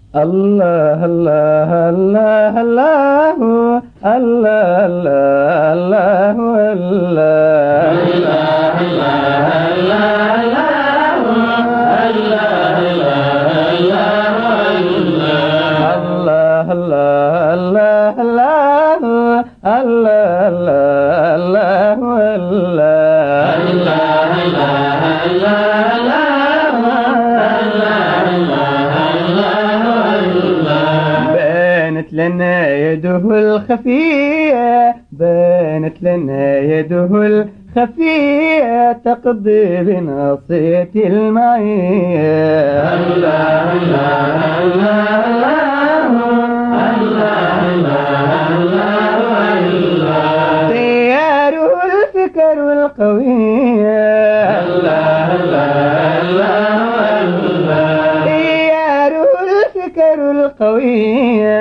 الله الله الله الله الله الله بانت لنا يده الخفية، بانت لنا يده الخفية تقضي بناصية المعية. الله الله الله الله دياره الفكر القوية. الله الله دياره الفكر القوية.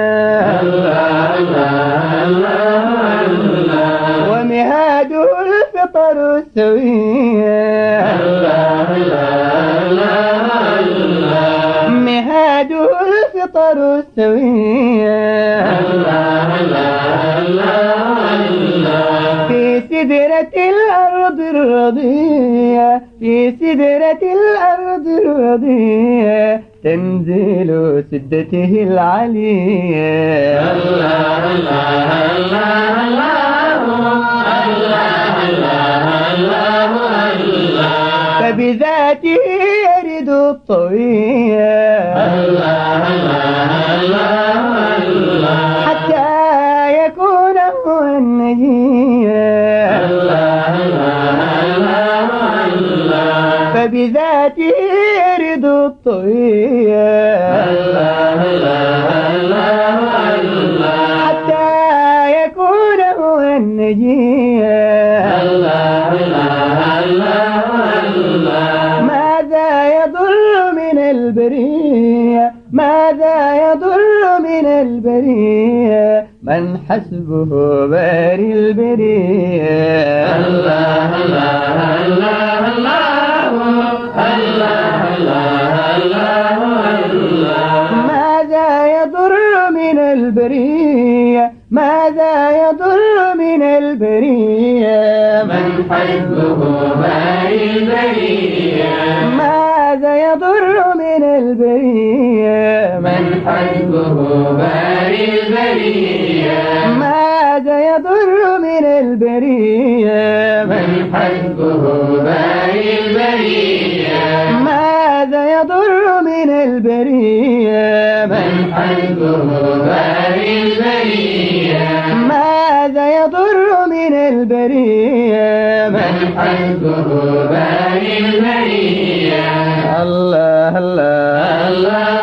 ومهاده الفطر السوية. مهاده الفطر السوية. في سدرة الأرض الرضية، في سدرة الأرض الرضية تنزل سدته العلية. الله الله الله فبذاته يرد الطوية. الله حتى يكون هو النجية. فبذاته يرد الطوية. حتى يكون هو النجية. ماذا يضر من البرية، ماذا يضر من البرية من حسبه باري البرية. الله الله الله ماذا يضر من البرية، ماذا يضر من البرية من حسبه باري البرية. ماذا يضر من البرية من حسبه باري البرية. ماذا يضر من البرية من حسبه باري البرية. ماذا يضر من البرية من حسبه باري البرية. ماذا يضر من البرية من حسبه باري البرية. الله الله الله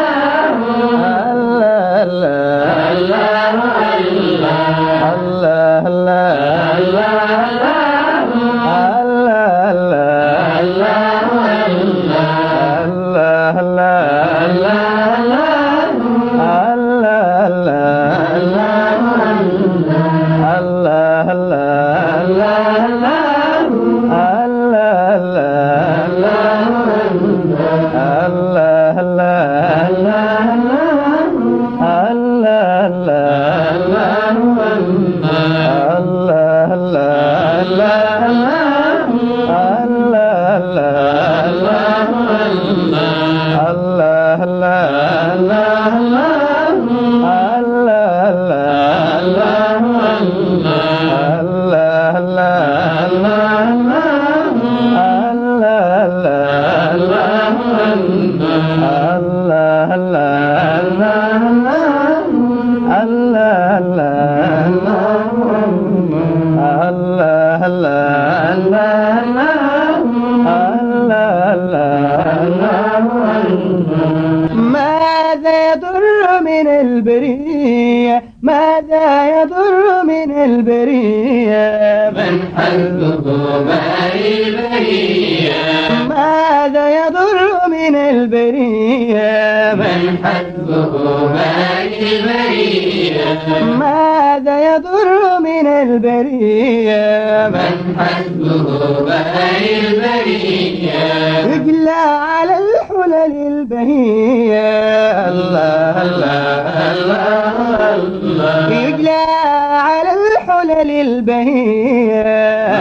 ماذا يضر من البرية، ماذا يضر من البرية من حسبه باري البرية. ماذا يضر من البرية من حسبه باري البرية. ماذا يضر من البرية من حسبه باري البرية. يجلى على الحلل البهية. الله يجلى على الحلل البهية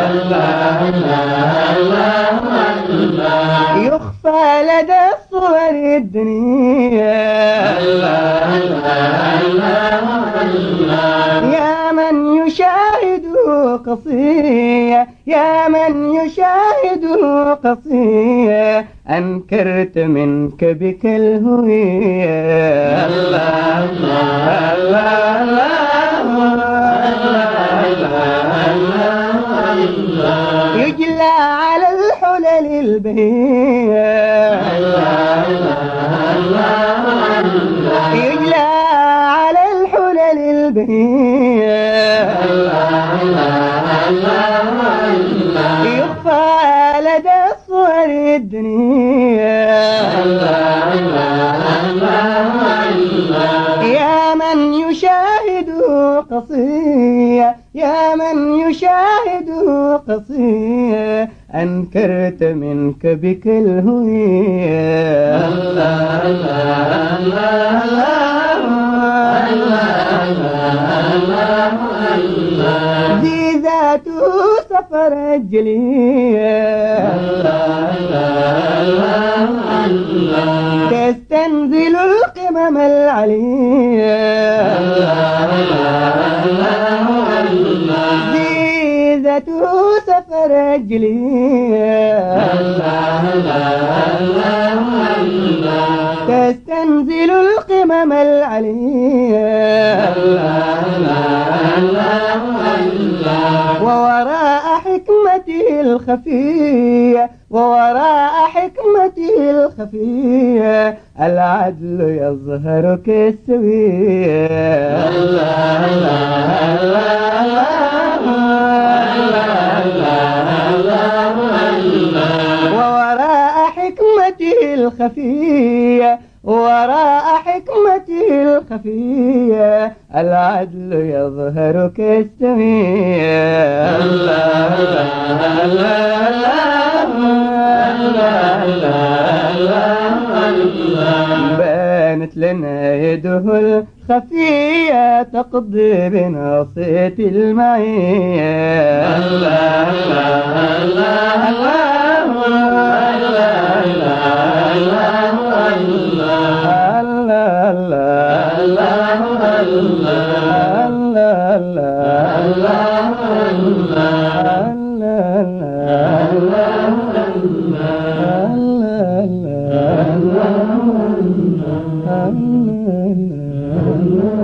يخفى لدى الصور الدنيا يا من يشاهده قصية يا من يشاهده قصية أنكرت منك بك الهوية الله الله الله يجلى على الحلل البهية يجلى على الحلل البهية يخفى لدى الصور الدنيا يا من يشاهده قصية يا من يشاهده قصية أنكرت منك بك الهوية ذي ذاته سفر الجلية تستنزل القمم العلية ذي ذاته سفر الجلية تستنزل القمم العلية ووراء حكمته الخفية ووراء حكمته الخفية العدل يظهر كالسوية ووراء حكمته الخفية وراء حكمته الخفية العدل يظهر كالسوية بانت لنا يده الخفية تقضي بناصية المعية Allah